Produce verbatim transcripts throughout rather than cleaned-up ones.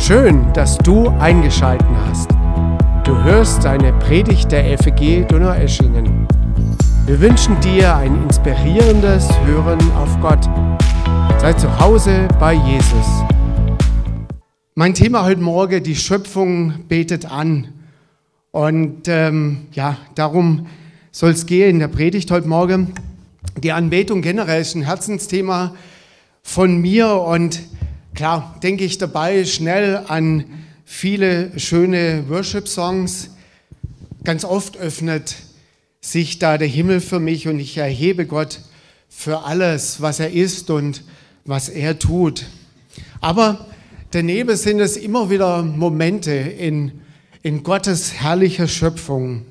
Schön, dass du eingeschaltet hast. Du hörst eine Predigt der F E G Donaueschingen. Wir wünschen dir ein inspirierendes Hören auf Gott. Sei zu Hause bei Jesus. Mein Thema heute Morgen, die Schöpfung betet an. Und ähm, ja, darum soll es gehen in der Predigt heute Morgen. Die Anbetung generell ist ein Herzensthema von mir und klar, denke ich dabei schnell an viele schöne Worship-Songs. Ganz oft öffnet sich da der Himmel für mich und ich erhebe Gott für alles, was er ist und was er tut. Aber daneben sind es immer wieder Momente in, in Gottes herrlicher Schöpfung.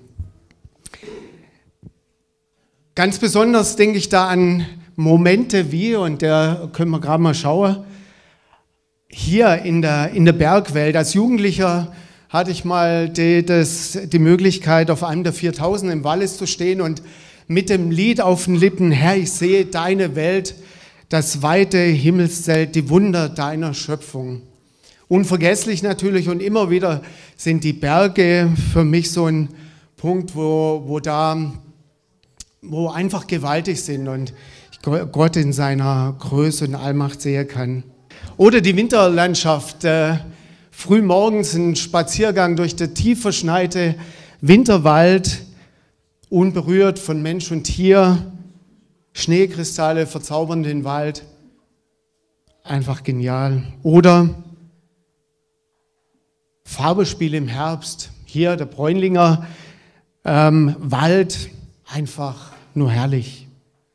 Ganz besonders denke ich da an Momente wie, und da können wir gerade mal schauen, hier in der, in der Bergwelt. Als Jugendlicher hatte ich mal die, das, die Möglichkeit, auf einem der viertausend im Wallis zu stehen und mit dem Lied auf den Lippen, Herr, ich sehe deine Welt, das weite Himmelszelt, die Wunder deiner Schöpfung. Unvergesslich natürlich und immer wieder sind die Berge für mich so ein Punkt, wo, wo da, wo einfach gewaltig sind und ich Gott in seiner Größe und Allmacht sehen kann. Oder die Winterlandschaft, äh, früh morgens ein Spaziergang durch den tief verschneite Winterwald, unberührt von Mensch und Tier, Schneekristalle verzaubern den Wald, einfach genial. Oder Farbespiel im Herbst, hier der Bräunlinger ähm, Wald, einfach nur herrlich.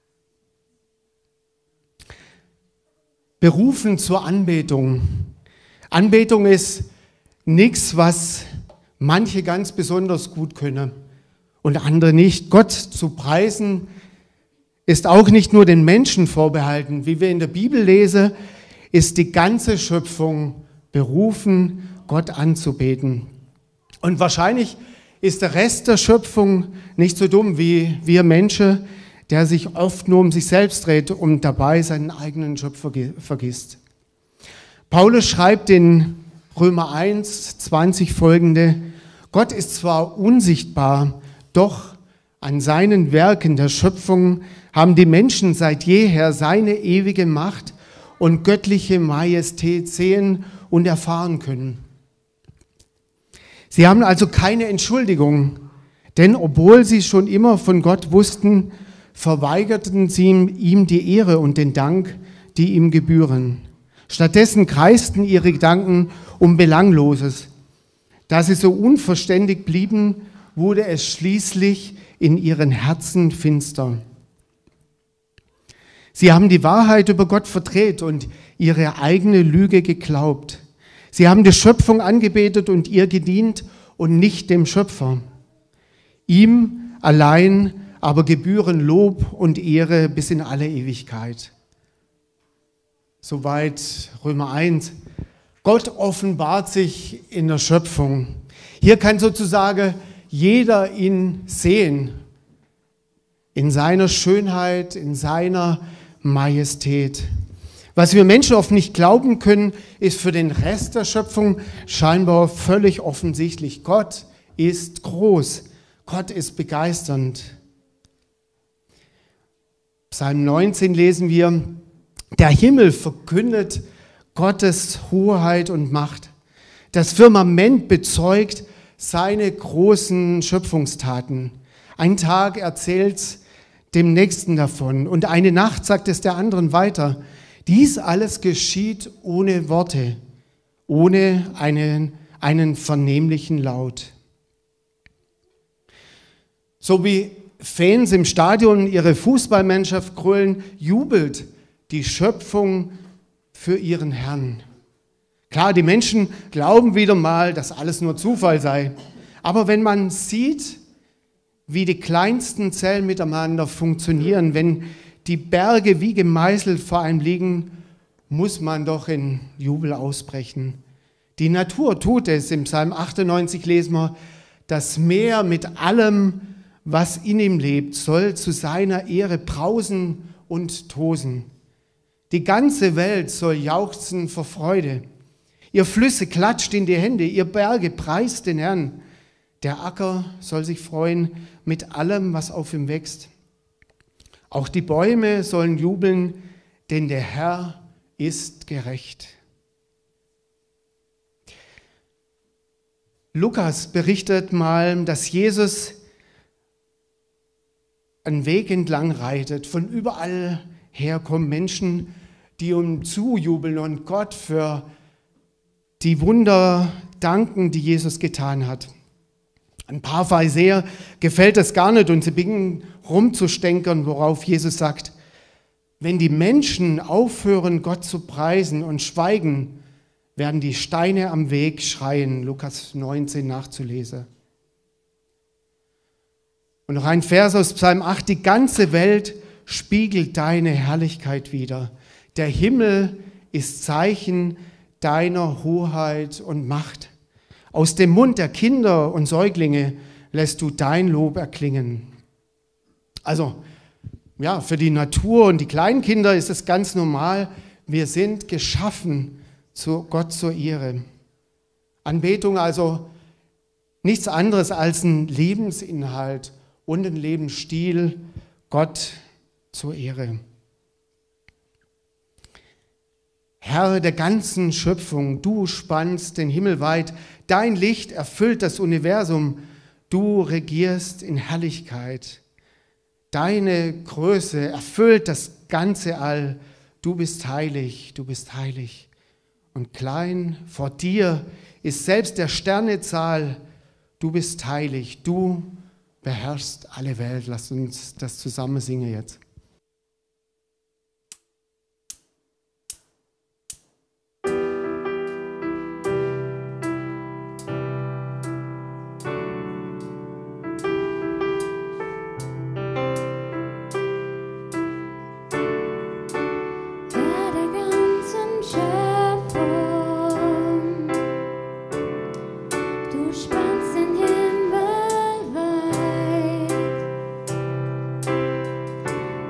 Berufen zur Anbetung. Anbetung ist nichts, was manche ganz besonders gut können und andere nicht. Gott zu preisen ist auch nicht nur den Menschen vorbehalten. Wie wir in der Bibel lesen, ist die ganze Schöpfung berufen, Gott anzubeten. Und wahrscheinlich ist der Rest der Schöpfung nicht so dumm wie wir Menschen, der sich oft nur um sich selbst dreht und dabei seinen eigenen Schöpfer vergisst. Paulus schreibt in Römer eins, zwanzig folgende: Gott ist zwar unsichtbar, doch an seinen Werken der Schöpfung haben die Menschen seit jeher seine ewige Macht und göttliche Majestät sehen und erfahren können. Sie haben also keine Entschuldigung, denn obwohl sie schon immer von Gott wussten, verweigerten sie ihm die Ehre und den Dank, die ihm gebühren. Stattdessen kreisten ihre Gedanken um Belangloses. Da sie so unverständig blieben, wurde es schließlich in ihren Herzen finster. Sie haben die Wahrheit über Gott verdreht und ihre eigene Lüge geglaubt. Sie haben die Schöpfung angebetet und ihr gedient und nicht dem Schöpfer. Ihm allein aber gebühren Lob und Ehre bis in alle Ewigkeit. Soweit Römer eins. Gott offenbart sich in der Schöpfung. Hier kann sozusagen jeder ihn sehen, in seiner Schönheit, in seiner Majestät. Was wir Menschen oft nicht glauben können, ist für den Rest der Schöpfung scheinbar völlig offensichtlich. Gott ist groß, Gott ist begeisternd. Psalm neunzehn lesen wir: Der Himmel verkündet Gottes Hoheit und Macht. Das Firmament bezeugt seine großen Schöpfungstaten. Ein Tag erzählt's dem Nächsten davon und eine Nacht sagt es der anderen weiter. Dies alles geschieht ohne Worte, ohne einen, einen vernehmlichen Laut. So wie Fans im Stadion ihre Fußballmannschaft grölen, jubelt die Schöpfung für ihren Herrn. Klar, die Menschen glauben wieder mal, dass alles nur Zufall sei. Aber wenn man sieht, wie die kleinsten Zellen miteinander funktionieren, wenn die Berge wie gemeißelt vor einem liegen, muss man doch in Jubel ausbrechen. Die Natur tut es. Im Psalm achtundneunzig lesen wir: Das Meer mit allem, was in ihm lebt, soll zu seiner Ehre brausen und tosen. Die ganze Welt soll jauchzen vor Freude. Ihr Flüsse klatscht in die Hände, ihr Berge preist den Herrn. Der Acker soll sich freuen mit allem, was auf ihm wächst. Auch die Bäume sollen jubeln, denn der Herr ist gerecht. Lukas berichtet mal, dass Jesus einen Weg entlang reitet. Von überall her kommen Menschen, die ihm zujubeln und Gott für die Wunder danken, die Jesus getan hat. Ein paar Pharisäer gefällt das gar nicht und sie beginnen rumzustänkern, worauf Jesus sagt, wenn die Menschen aufhören, Gott zu preisen und schweigen, werden die Steine am Weg schreien. Lukas neunzehn nachzulesen. Und noch ein Vers aus Psalm acht, die ganze Welt spiegelt deine Herrlichkeit wider. Der Himmel ist Zeichen deiner Hoheit und Macht. Aus dem Mund der Kinder und Säuglinge lässt du dein Lob erklingen. Also, ja, für die Natur und die Kleinkinder ist es ganz normal. Wir sind geschaffen zu Gott zur Ehre. Anbetung also nichts anderes als ein Lebensinhalt und ein Lebensstil Gott zur Ehre. Herr der ganzen Schöpfung, du spannst den Himmel weit, dein Licht erfüllt das Universum, du regierst in Herrlichkeit. Deine Größe erfüllt das ganze All, du bist heilig, du bist heilig. Und klein vor dir ist selbst der Sterne Zahl, du bist heilig, du beherrschst alle Welt. Lasst uns das zusammen singen jetzt. Du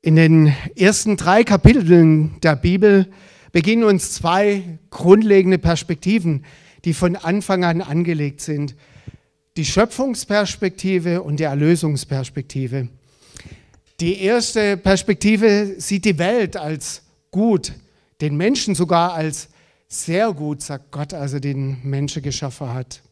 In den ersten drei Kapiteln der Bibel beginnen uns zwei grundlegende Perspektiven, die von Anfang an angelegt sind. Die Schöpfungsperspektive und die Erlösungsperspektive. Die erste Perspektive sieht die Welt als gut, den Menschen sogar als sehr gut, sagt Gott, als er den Menschen geschaffen hat.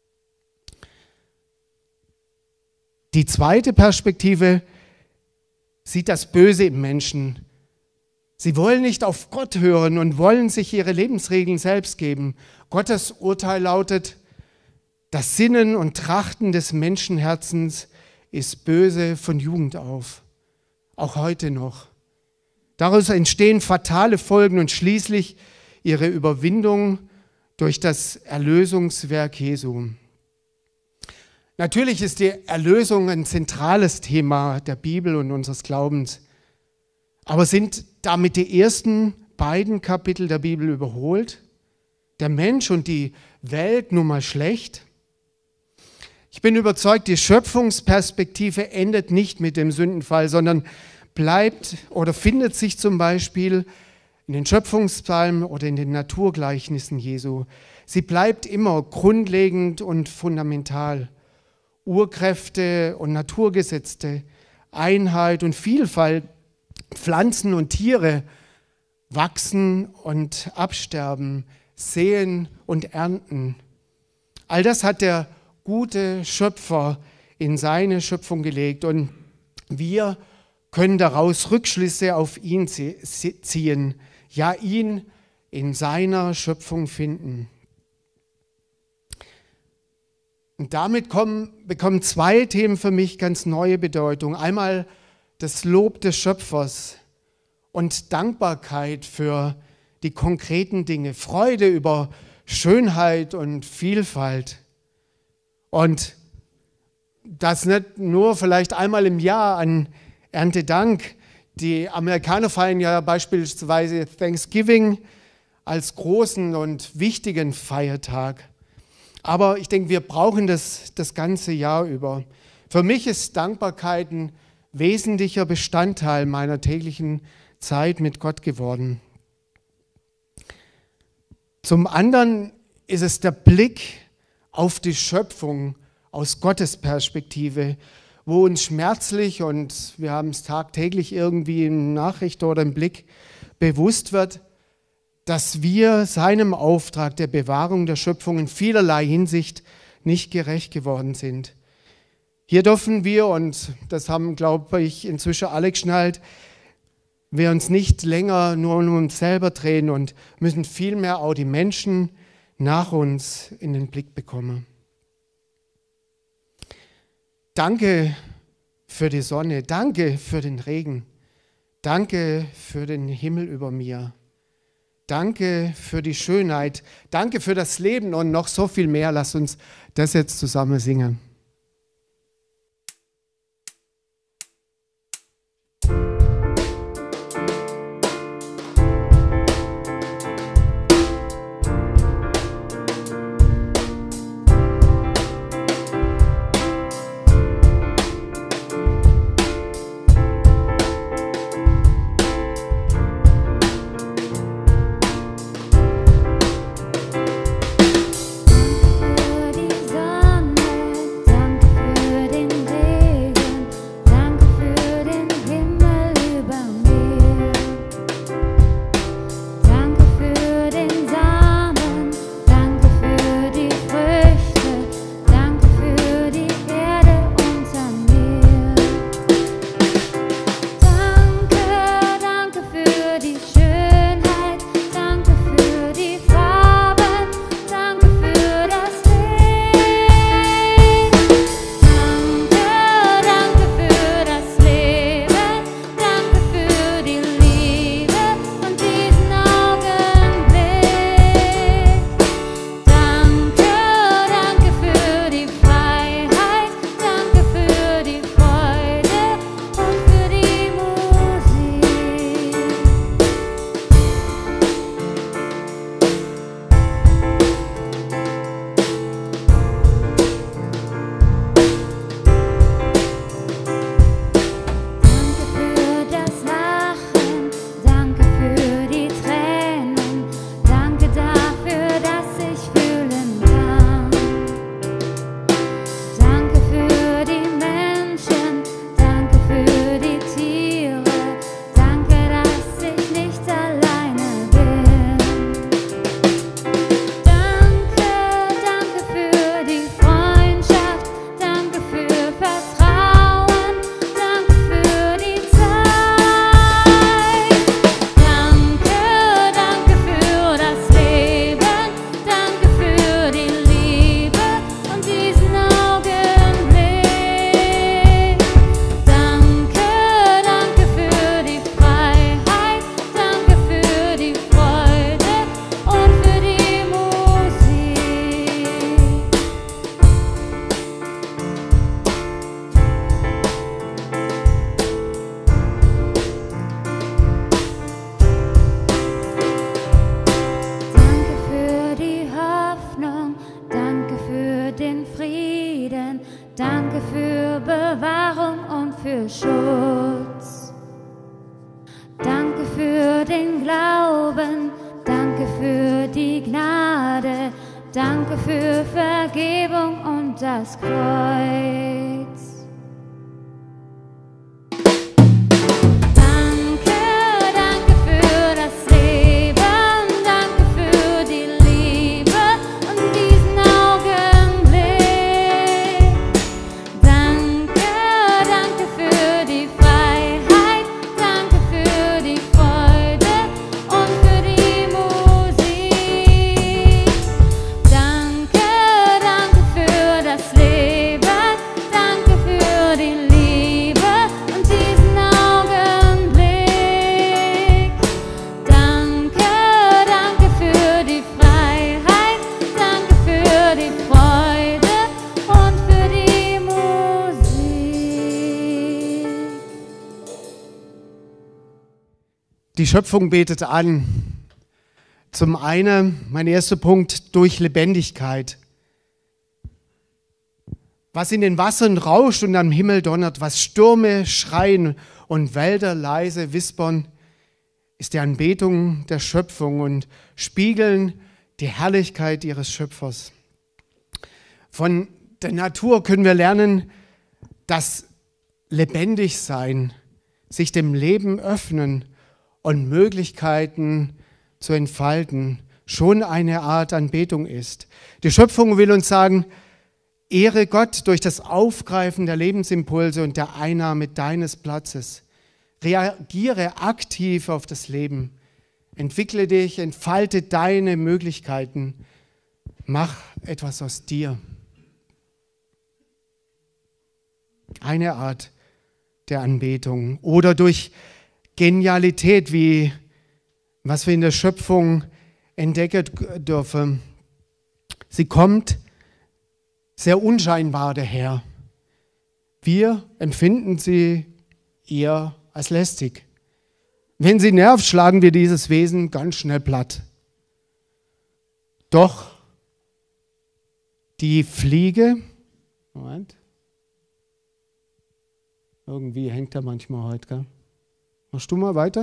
Die zweite Perspektive sieht das Böse im Menschen. Sie wollen nicht auf Gott hören und wollen sich ihre Lebensregeln selbst geben. Gottes Urteil lautet, das Sinnen und Trachten des Menschenherzens ist böse von Jugend auf, auch heute noch. Daraus entstehen fatale Folgen und schließlich ihre Überwindung durch das Erlösungswerk Jesu. Natürlich ist die Erlösung ein zentrales Thema der Bibel und unseres Glaubens. Aber sind damit die ersten beiden Kapitel der Bibel überholt? Der Mensch und die Welt nun mal schlecht? Ich bin überzeugt, die Schöpfungsperspektive endet nicht mit dem Sündenfall, sondern bleibt oder findet sich zum Beispiel in den Schöpfungspsalmen oder in den Naturgleichnissen Jesu. Sie bleibt immer grundlegend und fundamental. Urkräfte und Naturgesetze, Einheit und Vielfalt, Pflanzen und Tiere wachsen und absterben, säen und ernten. All das hat der gute Schöpfer in seine Schöpfung gelegt und wir können daraus Rückschlüsse auf ihn ziehen, ja ihn in seiner Schöpfung finden. Und damit kommen, bekommen zwei Themen für mich ganz neue Bedeutung. Einmal das Lob des Schöpfers und Dankbarkeit für die konkreten Dinge, Freude über Schönheit und Vielfalt. Und das nicht nur vielleicht einmal im Jahr an Erntedank. Die Amerikaner feiern ja beispielsweise Thanksgiving als großen und wichtigen Feiertag. Aber ich denke, wir brauchen das das ganze Jahr über. Für mich ist Dankbarkeit ein wesentlicher Bestandteil meiner täglichen Zeit mit Gott geworden. Zum anderen ist es der Blick auf die Schöpfung aus Gottes Perspektive, wo uns schmerzlich, und wir haben es tagtäglich irgendwie in Nachrichten oder im Blick, bewusst wird, dass wir seinem Auftrag der Bewahrung der Schöpfung in vielerlei Hinsicht nicht gerecht geworden sind. Hier dürfen wir, und das haben, glaube ich, inzwischen alle geschnallt, wir uns nicht länger nur um uns selber drehen und müssen vielmehr auch die Menschen nach uns in den Blick bekommen. Danke für die Sonne, danke für den Regen, danke für den Himmel über mir. Danke für die Schönheit, danke für das Leben und noch so viel mehr. Lasst uns das jetzt zusammen singen. Für die Sonne Danke für Bewahrung und für Schutz. Danke für den Glauben, danke für die Gnade, danke für Vergebung und das Kreuz. Die Schöpfung betet an. Zum einen, mein erster Punkt, durch Lebendigkeit. Was in den Wassern rauscht und am Himmel donnert, was Stürme schreien und Wälder leise wispern, ist die Anbetung der Schöpfung und spiegeln die Herrlichkeit ihres Schöpfers. Von der Natur können wir lernen, dass lebendig sein, sich dem Leben öffnen und Möglichkeiten zu entfalten, schon eine Art Anbetung ist. Die Schöpfung will uns sagen, ehre Gott durch das Aufgreifen der Lebensimpulse und der Einnahme deines Platzes. Reagiere aktiv auf das Leben. Entwickle dich, entfalte deine Möglichkeiten. Mach etwas aus dir. Eine Art der Anbetung. Oder durch Genialität, wie was wir in der Schöpfung entdecken dürfen. Sie kommt sehr unscheinbar daher. Wir empfinden sie eher als lästig. Wenn sie nervt, schlagen wir dieses Wesen ganz schnell platt. Doch die Fliege, Moment, irgendwie hängt er manchmal heute, gell? Machst du mal weiter?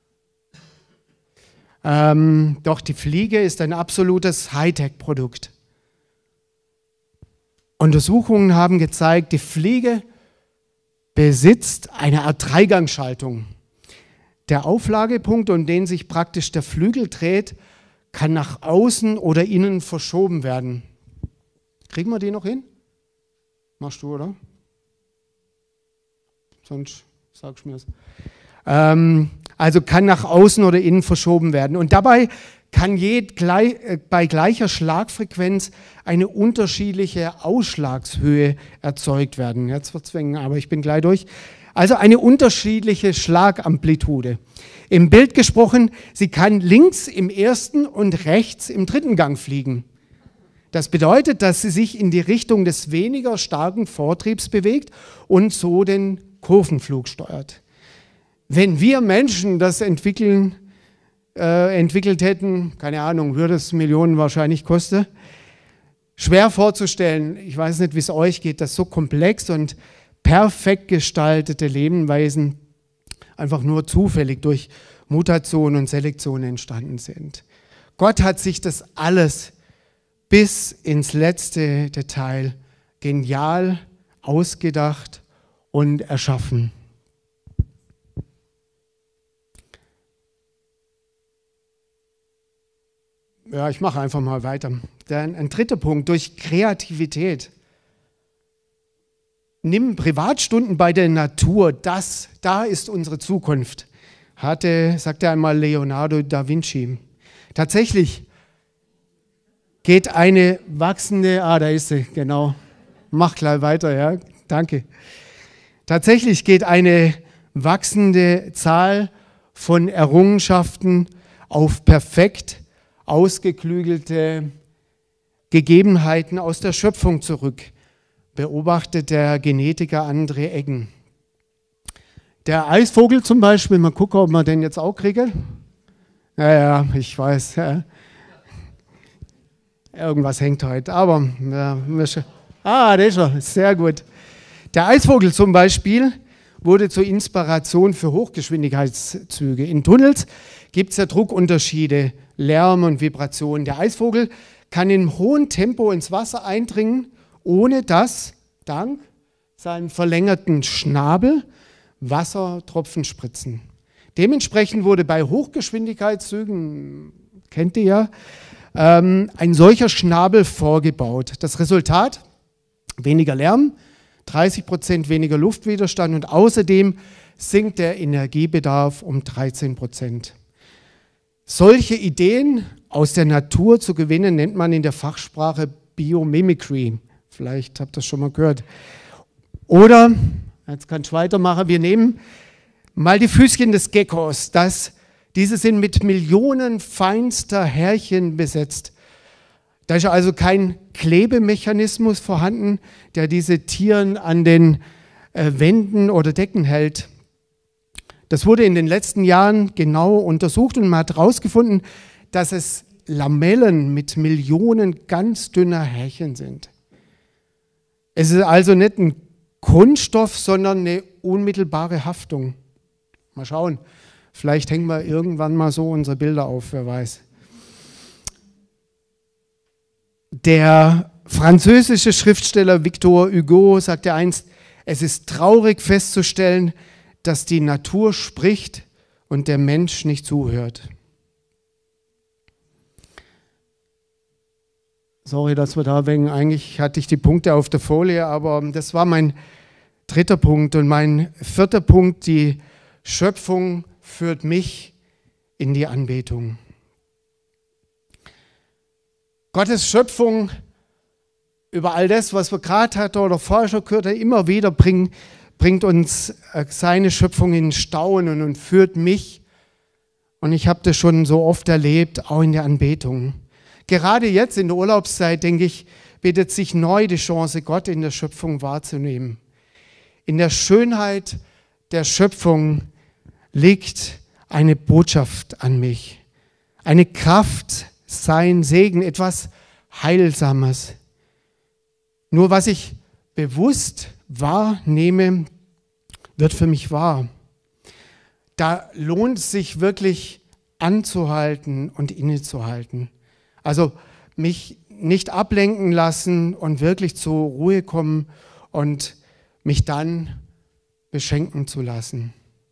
Ähm, doch die Fliege ist ein absolutes Hightech-Produkt. Untersuchungen haben gezeigt, die Fliege besitzt eine Art Dreigangschaltung. Der Auflagepunkt, um den sich praktisch der Flügel dreht, kann nach außen oder innen verschoben werden. Kriegen wir die noch hin? Machst du, oder? Sonst sagst du mir es. Ähm, also kann nach außen oder innen verschoben werden. Und dabei kann je, gleich, äh, bei gleicher Schlagfrequenz eine unterschiedliche Ausschlagshöhe erzeugt werden. Jetzt wird es eng, aber ich bin gleich durch. Also eine unterschiedliche Schlagamplitude. Im Bild gesprochen, sie kann links im ersten und rechts im dritten Gang fliegen. Das bedeutet, dass sie sich in die Richtung des weniger starken Vortriebs bewegt und so den Kurvenflug steuert. Wenn wir Menschen das entwickeln, äh, entwickelt hätten, keine Ahnung, würde es Millionen wahrscheinlich kosten. Schwer vorzustellen, ich weiß nicht, wie es euch geht, dass so komplex und perfekt gestaltete Lebewesen einfach nur zufällig durch Mutation und Selektion entstanden sind. Gott hat sich das alles bis ins letzte Detail genial ausgedacht und erschaffen. Ja, ich mache einfach mal weiter. Dann ein dritter Punkt, durch Kreativität. Nimm Privatstunden bei der Natur, das, da ist unsere Zukunft, hatte, sagte einmal Leonardo da Vinci. Tatsächlich geht eine wachsende, ah, da ist sie, genau, mach gleich weiter, ja, danke. Tatsächlich geht eine wachsende Zahl von Errungenschaften auf perfekt ausgeklügelte Gegebenheiten aus der Schöpfung zurück, beobachtet der Genetiker André Eggen. Der Eisvogel zum Beispiel, mal gucken, ob wir den jetzt auch kriegen. Ja, ja, ich weiß, ja. Irgendwas hängt heute, aber ja, Ah, das ist er. Sehr gut. Der Eisvogel zum Beispiel wurde zur Inspiration für Hochgeschwindigkeitszüge. In Tunnels gibt es ja Druckunterschiede, Lärm und Vibration. Der Eisvogel kann in hohem Tempo ins Wasser eindringen, ohne dass, dank seinem verlängerten Schnabel, Wassertropfen spritzen. Dementsprechend wurde bei Hochgeschwindigkeitszügen, kennt ihr ja, ähm, ein solcher Schnabel vorgebaut. Das Resultat? Weniger Lärm, dreißig Prozent weniger Luftwiderstand und außerdem sinkt der Energiebedarf um dreizehn Prozent. Solche Ideen aus der Natur zu gewinnen, nennt man in der Fachsprache Biomimicry. Vielleicht habt ihr das schon mal gehört. Oder, jetzt kann ich weitermachen, wir nehmen mal die Füßchen des Geckos. Das, diese sind mit Millionen feinster Härchen besetzt. Da ist also kein Klebemechanismus vorhanden, der diese Tiere an den äh, Wänden oder Decken hält. Das wurde in den letzten Jahren genau untersucht und man hat herausgefunden, dass es Lamellen mit Millionen ganz dünner Härchen sind. Es ist also nicht ein Kunststoff, sondern eine unmittelbare Haftung. Mal schauen, vielleicht hängen wir irgendwann mal so unsere Bilder auf, wer weiß. Der französische Schriftsteller Victor Hugo sagte einst, es ist traurig festzustellen, dass die Natur spricht und der Mensch nicht zuhört. Sorry, dass wir da wegen, eigentlich hatte ich die Punkte auf der Folie, aber das war mein dritter Punkt. Und mein vierter Punkt, die Schöpfung führt mich in die Anbetung. Gottes Schöpfung über all das, was wir gerade hatten oder vorher schon gehört haben, immer wieder bringt, bringt uns seine Schöpfung in Staunen und führt mich, und ich habe das schon so oft erlebt, auch in der Anbetung. Gerade jetzt in der Urlaubszeit, denke ich, bietet sich neu die Chance, Gott in der Schöpfung wahrzunehmen. In der Schönheit der Schöpfung liegt eine Botschaft an mich, eine Kraft, sein Segen, etwas Heilsames. Nur was ich bewusst wahrnehme, wird für mich wahr. Da lohnt es sich wirklich anzuhalten und innezuhalten. Also mich nicht ablenken lassen und wirklich zur Ruhe kommen und mich dann beschenken zu lassen.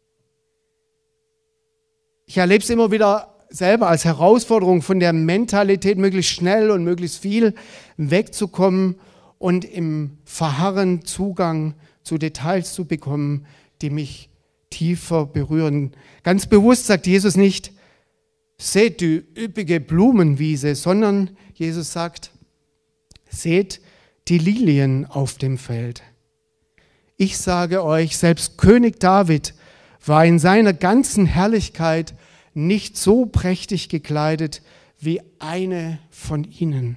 Ich erlebe es immer wieder selber als Herausforderung, von der Mentalität möglichst schnell und möglichst viel wegzukommen und im Verharren Zugang zu Details zu bekommen, die mich tiefer berühren. Ganz bewusst sagt Jesus nicht, seht die üppige Blumenwiese, sondern Jesus sagt, seht die Lilien auf dem Feld. Ich sage euch, selbst König David war in seiner ganzen Herrlichkeit nicht so prächtig gekleidet wie eine von ihnen.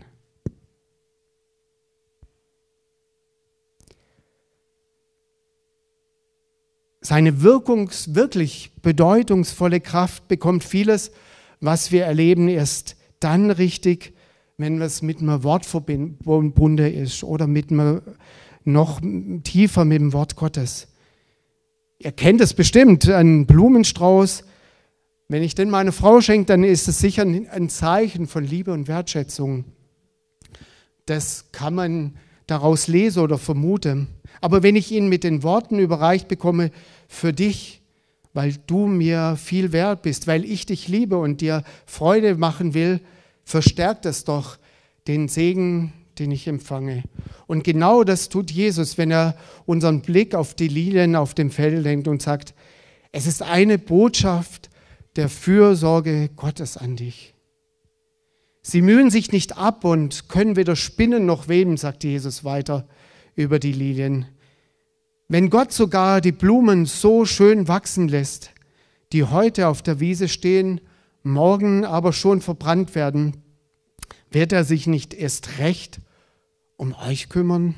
Seine wirkungs-, wirklich bedeutungsvolle Kraft bekommt vieles, was wir erleben, erst dann richtig, wenn es mit einem Wort verbunden ist oder mit einem, noch tiefer mit dem Wort Gottes. Ihr kennt es bestimmt, ein Blumenstrauß. Wenn ich den meiner Frau schenke, dann ist es sicher ein Zeichen von Liebe und Wertschätzung. Das kann man daraus lesen oder vermuten. Aber wenn ich ihn mit den Worten überreicht bekomme, für dich, weil du mir viel wert bist, weil ich dich liebe und dir Freude machen will, verstärkt es doch den Segen, den ich empfange. Und genau das tut Jesus, wenn er unseren Blick auf die Lilien auf dem Feld lenkt und sagt, es ist eine Botschaft der Fürsorge Gottes an dich. Sie mühen sich nicht ab und können weder spinnen noch weben, sagt Jesus weiter über die Lilien. Wenn Gott sogar die Blumen so schön wachsen lässt, die heute auf der Wiese stehen, morgen aber schon verbrannt werden, wird er sich nicht erst recht um euch kümmern?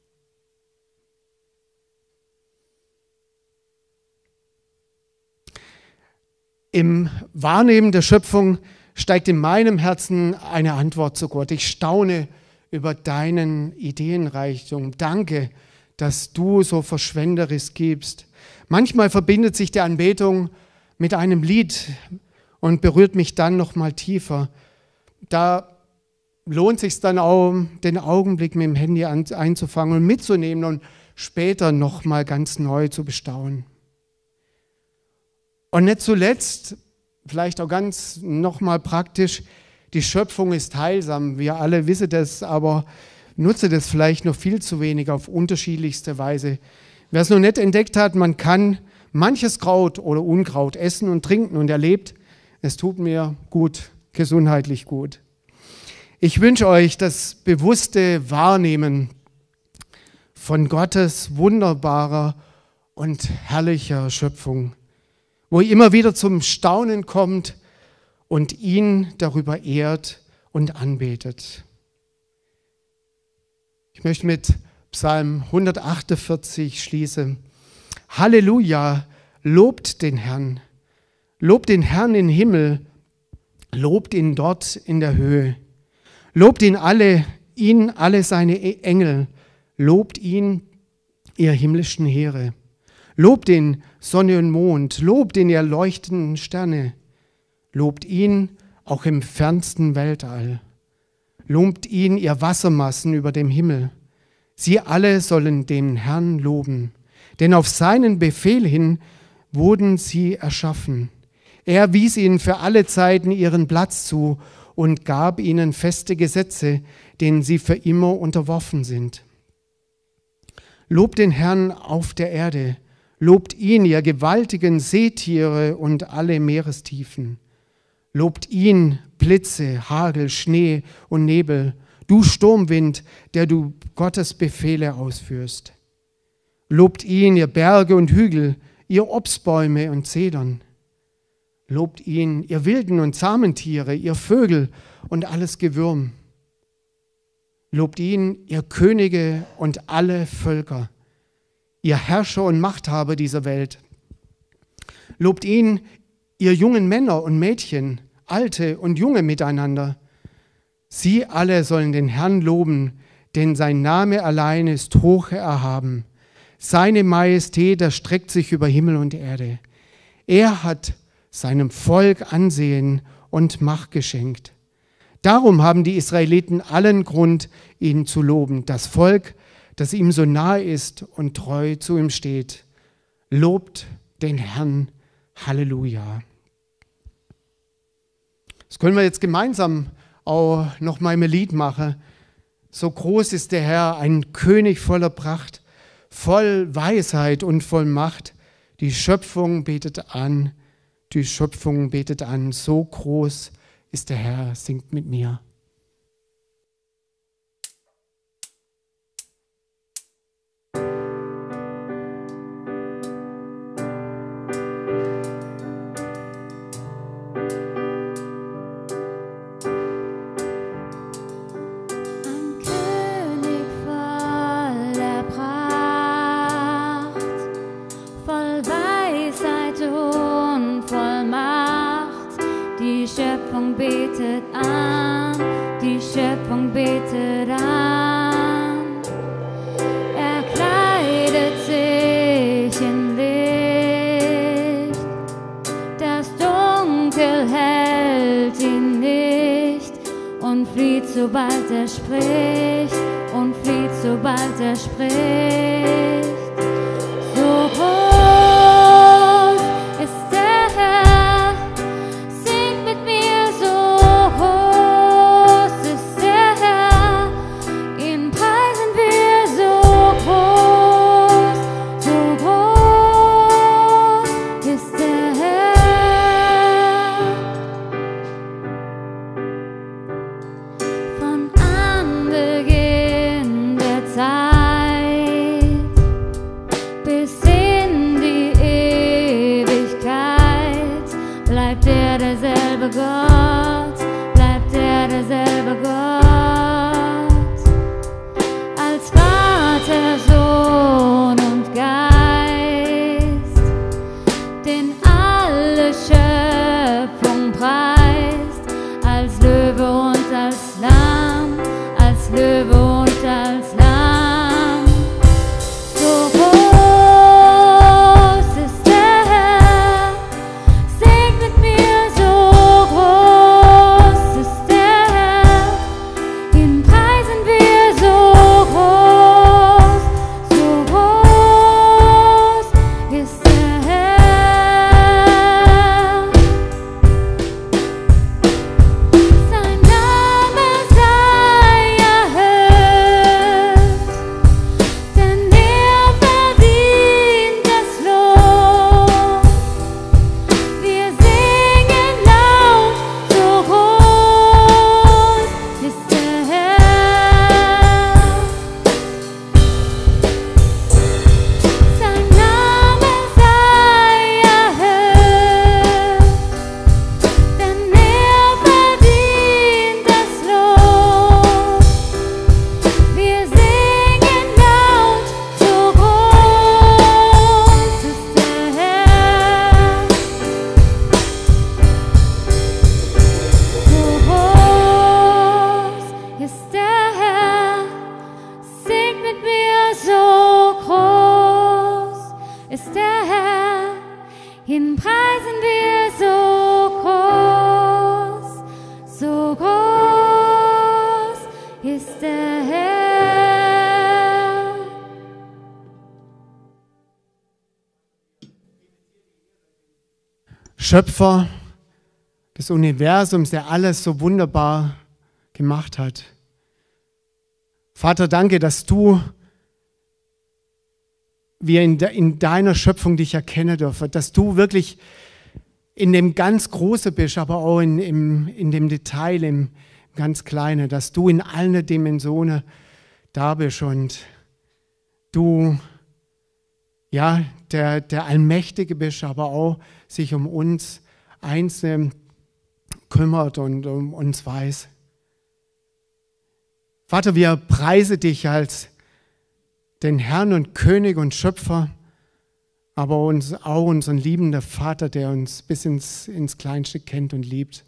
Im Wahrnehmen der Schöpfung steigt in meinem Herzen eine Antwort zu Gott. Ich staune über deinen Ideenreichtum. Danke, dass du so verschwenderisch gibst. Manchmal verbindet sich die Anbetung mit einem Lied und berührt mich dann noch mal tiefer. Da lohnt es sich dann auch, den Augenblick mit dem Handy einzufangen und mitzunehmen und später noch mal ganz neu zu bestaunen. Und nicht zuletzt, vielleicht auch ganz noch mal praktisch, die Schöpfung ist heilsam. Wir alle wissen das, aber nutze das vielleicht noch viel zu wenig auf unterschiedlichste Weise. Wer es noch nicht entdeckt hat, man kann manches Kraut oder Unkraut essen und trinken und erlebt, es tut mir gut, gesundheitlich gut. Ich wünsche euch das bewusste Wahrnehmen von Gottes wunderbarer und herrlicher Schöpfung, wo ihr immer wieder zum Staunen kommt und ihn darüber ehrt und anbetet. Ich möchte mit Psalm hundertachtundvierzig schließen. Halleluja, lobt den Herrn, lobt den Herrn im Himmel, lobt ihn dort in der Höhe. Lobt ihn alle, ihn alle seine Engel, lobt ihn, ihr himmlischen Heere. Lobt ihn, Sonne und Mond, lobt ihn, ihr leuchtenden Sterne. Lobt ihn auch im fernsten Weltall. Lobt ihn, ihr Wassermassen über dem Himmel. Sie alle sollen den Herrn loben, denn auf seinen Befehl hin wurden sie erschaffen. Er wies ihnen für alle Zeiten ihren Platz zu und gab ihnen feste Gesetze, denen sie für immer unterworfen sind. Lobt den Herrn auf der Erde, lobt ihn, ihr gewaltigen Seetiere und alle Meerestiefen. Lobt ihn, Blitze, Hagel, Schnee und Nebel, du Sturmwind, der du Gottes Befehle ausführst. Lobt ihn, ihr Berge und Hügel, ihr Obstbäume und Zedern. Lobt ihn, ihr wilden und zahmen Tiere, ihr Vögel und alles Gewürm. Lobt ihn, ihr Könige und alle Völker, ihr Herrscher und Machthaber dieser Welt. Lobt ihn, ihr jungen Männer und Mädchen, Alte und Junge miteinander. Sie alle sollen den Herrn loben, denn sein Name allein ist hoch erhaben. Seine Majestät erstreckt sich über Himmel und Erde. Er hat seinem Volk Ansehen und Macht geschenkt. Darum haben die Israeliten allen Grund, ihn zu loben. Das Volk, das ihm so nahe ist und treu zu ihm steht. Lobt den Herrn. Halleluja. Das können wir jetzt gemeinsam auch noch mal im Lied machen. So groß ist der Herr, ein König voller Pracht, voll Weisheit und voll Macht. Die Schöpfung betet an. Die Schöpfung betet an, so groß ist der Herr, singt mit mir. Betet an, die Schöpfung betet an. Er kleidet sich in Licht, das Dunkel hält ihn nicht und flieht, sobald er spricht, und flieht, sobald er spricht. So groß ist der Herr, singt mit mir. Von Anbeginn der Zeit Schöpfer des Universums, der alles so wunderbar gemacht hat. Vater, danke, dass du, wir in, de, in deiner Schöpfung dich erkennen dürfen, dass du wirklich in dem ganz Großen bist, aber auch in, im, in dem Detail, im ganz Kleinen, dass du in allen Dimensionen da bist und du, ja, der, der Allmächtige bist, aber auch sich um uns Einzelne kümmert und um uns weiß. Vater, wir preisen dich als den Herrn und König und Schöpfer, aber uns auch unseren liebenden Vater, der uns bis ins, ins Kleinste kennt und liebt.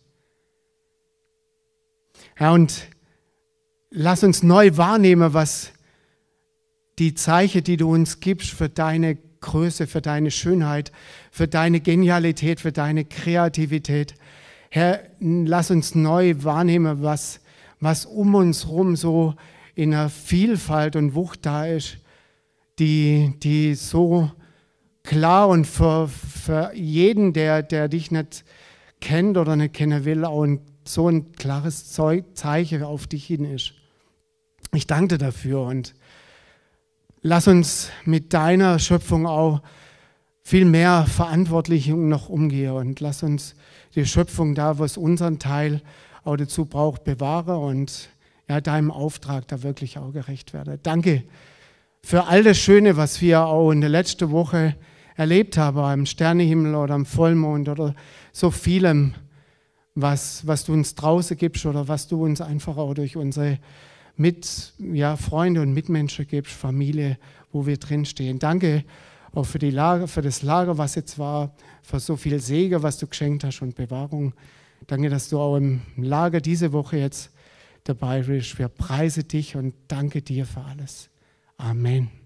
Ja, und lass uns neu wahrnehmen, was die Zeichen, die du uns gibst für deine Größe, für deine Schönheit, für deine Genialität, für deine Kreativität. Herr, lass uns neu wahrnehmen, was, was um uns herum so in einer Vielfalt und Wucht da ist, die, die so klar und für, für jeden, der, der dich nicht kennt oder nicht kennen will, auch ein, so ein klares Zeichen auf dich hin ist. Ich danke dir dafür und lass uns mit deiner Schöpfung auch viel mehr Verantwortlichung noch umgehen und lass uns die Schöpfung da, was unseren Teil auch dazu braucht, bewahren und ja, deinem Auftrag da wirklich auch gerecht werden. Danke für all das Schöne, was wir auch in der letzten Woche erlebt haben, am Sternenhimmel oder am Vollmond oder so vielem, was, was du uns draußen gibst oder was du uns einfach auch durch unsere mit, ja, Freunde und Mitmenschen gibst, Familie, wo wir drinstehen. Danke auch für, die Lager, für das Lager, was jetzt war, für so viel Segen, was du geschenkt hast und Bewahrung. Danke, dass du auch im Lager diese Woche jetzt dabei bist. Wir preisen dich und danke dir für alles. Amen.